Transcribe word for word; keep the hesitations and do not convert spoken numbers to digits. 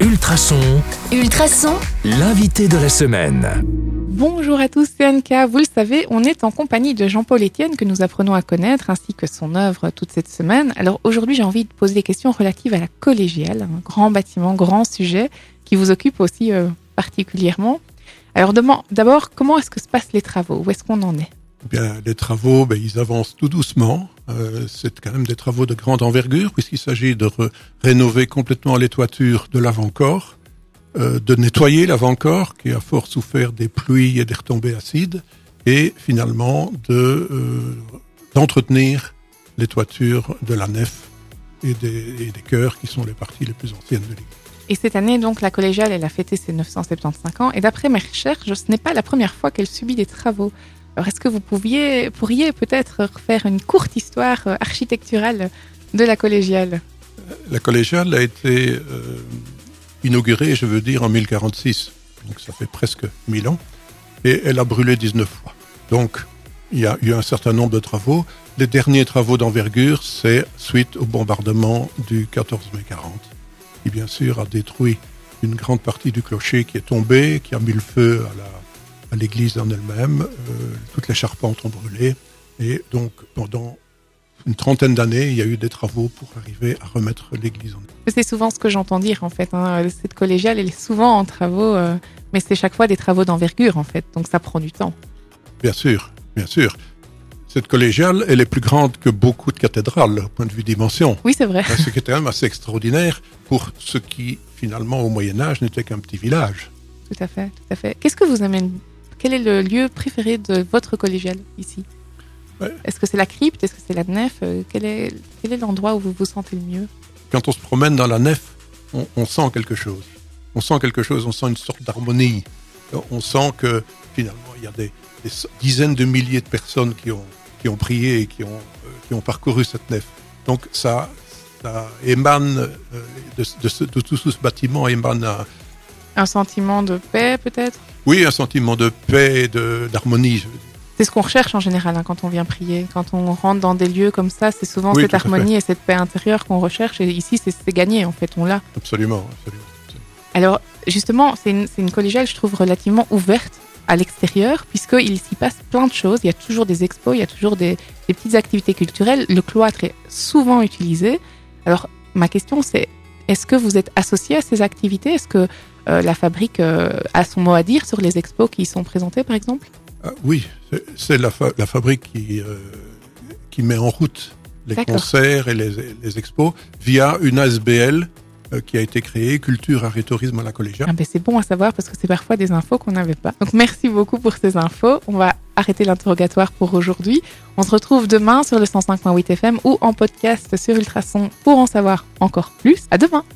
Ultrason, Ultrason, l'invité de la semaine. Bonjour à tous, c'est Anka. Vous le savez, on est en compagnie de Jean-Paul Etienne que nous apprenons à connaître ainsi que son œuvre toute cette semaine. Alors aujourd'hui, j'ai envie de poser des questions relatives à la collégiale, un grand bâtiment, grand sujet qui vous occupe aussi euh, particulièrement. Alors d'abord, comment est-ce que se passent les travaux? Où est-ce qu'on en est? Bien, les travaux, ben, ils avancent tout doucement. Euh, c'est quand même des travaux de grande envergure puisqu'il s'agit de re- rénover complètement les toitures de l'avant-corps, euh, de nettoyer l'avant-corps qui a fort souffert des pluies et des retombées acides, et finalement de euh, d'entretenir les toitures de la nef et des, et des chœurs qui sont les parties les plus anciennes de l'église. Et cette année, donc, la collégiale, elle a fêté ses neuf cent soixante-quinze ans. Et d'après mes recherches, ce n'est pas la première fois qu'elle subit des travaux. Alors, est-ce que vous pouviez, pourriez peut-être faire une courte histoire architecturale de la collégiale? La collégiale a été euh, inaugurée, je veux dire, en mille quarante-six. Donc, ça fait presque mille ans. Et elle a brûlé dix-neuf fois. Donc, il y a eu un certain nombre de travaux. Les derniers travaux d'envergure, c'est suite au bombardement du quatorze mai quarante, qui, bien sûr, a détruit une grande partie du clocher qui est tombé, qui a mis le feu à la à l'église en elle-même, euh, toutes les charpentes ont brûlé, et donc pendant une trentaine d'années, il y a eu des travaux pour arriver à remettre l'église en elle. C'est souvent ce que j'entends dire en fait, hein. Cette collégiale, elle est souvent en travaux, euh, mais c'est chaque fois des travaux d'envergure en fait, donc ça prend du temps. Bien sûr, bien sûr. Cette collégiale, elle est plus grande que beaucoup de cathédrales, au point de vue dimension. Oui, c'est vrai. Ce qui est quand même assez extraordinaire pour ce qui, finalement, au Moyen-Âge, n'était qu'un petit village. Tout à fait, tout à fait. Qu'est-ce que vous amène? Quel est le lieu préféré de votre collégiale ici? Ouais. Est-ce que c'est la crypte? Est-ce que c'est la nef? Quel est, quel est l'endroit où vous vous sentez le mieux? Quand on se promène dans la nef, on, on sent quelque chose. On sent quelque chose, on sent une sorte d'harmonie. On sent que finalement, il y a des, des dizaines de milliers de personnes qui ont, qui ont prié et qui ont, euh, qui ont parcouru cette nef. Donc ça, ça émane, euh, de, de, ce, de tout ce bâtiment émane un, un sentiment de paix peut-être? Oui, un sentiment de paix et de, d'harmonie. C'est ce qu'on recherche en général hein, quand on vient prier. Quand on rentre dans des lieux comme ça, c'est souvent oui, cette harmonie et cette paix intérieure qu'on recherche. Et ici, c'est, c'est gagné en fait, on l'a. Absolument, absolument. absolument. Alors justement, c'est une, c'est une collégiale, je trouve, relativement ouverte à l'extérieur, puisqu'il s'y passe plein de choses. Il y a toujours des expos, il y a toujours des, des petites activités culturelles. Le cloître est souvent utilisé. Alors ma question, c'est est-ce que vous êtes associé à ces activités? Est-ce que euh, la fabrique euh, a son mot à dire sur les expos qui y sont présentés, par exemple? ah, Oui, c'est, c'est la, fa- la fabrique qui, euh, qui met en route les D'accord. concerts et les, les expos via une A S B L euh, qui a été créée, Culture, Art et Tourisme à la Collégiale. Ah ben c'est bon à savoir parce que c'est parfois des infos qu'on n'avait pas. Donc merci beaucoup pour ces infos. On va arrêter l'interrogatoire pour aujourd'hui. On se retrouve demain sur le cent cinq virgule huit F M ou en podcast sur Ultrason pour en savoir encore plus. À demain!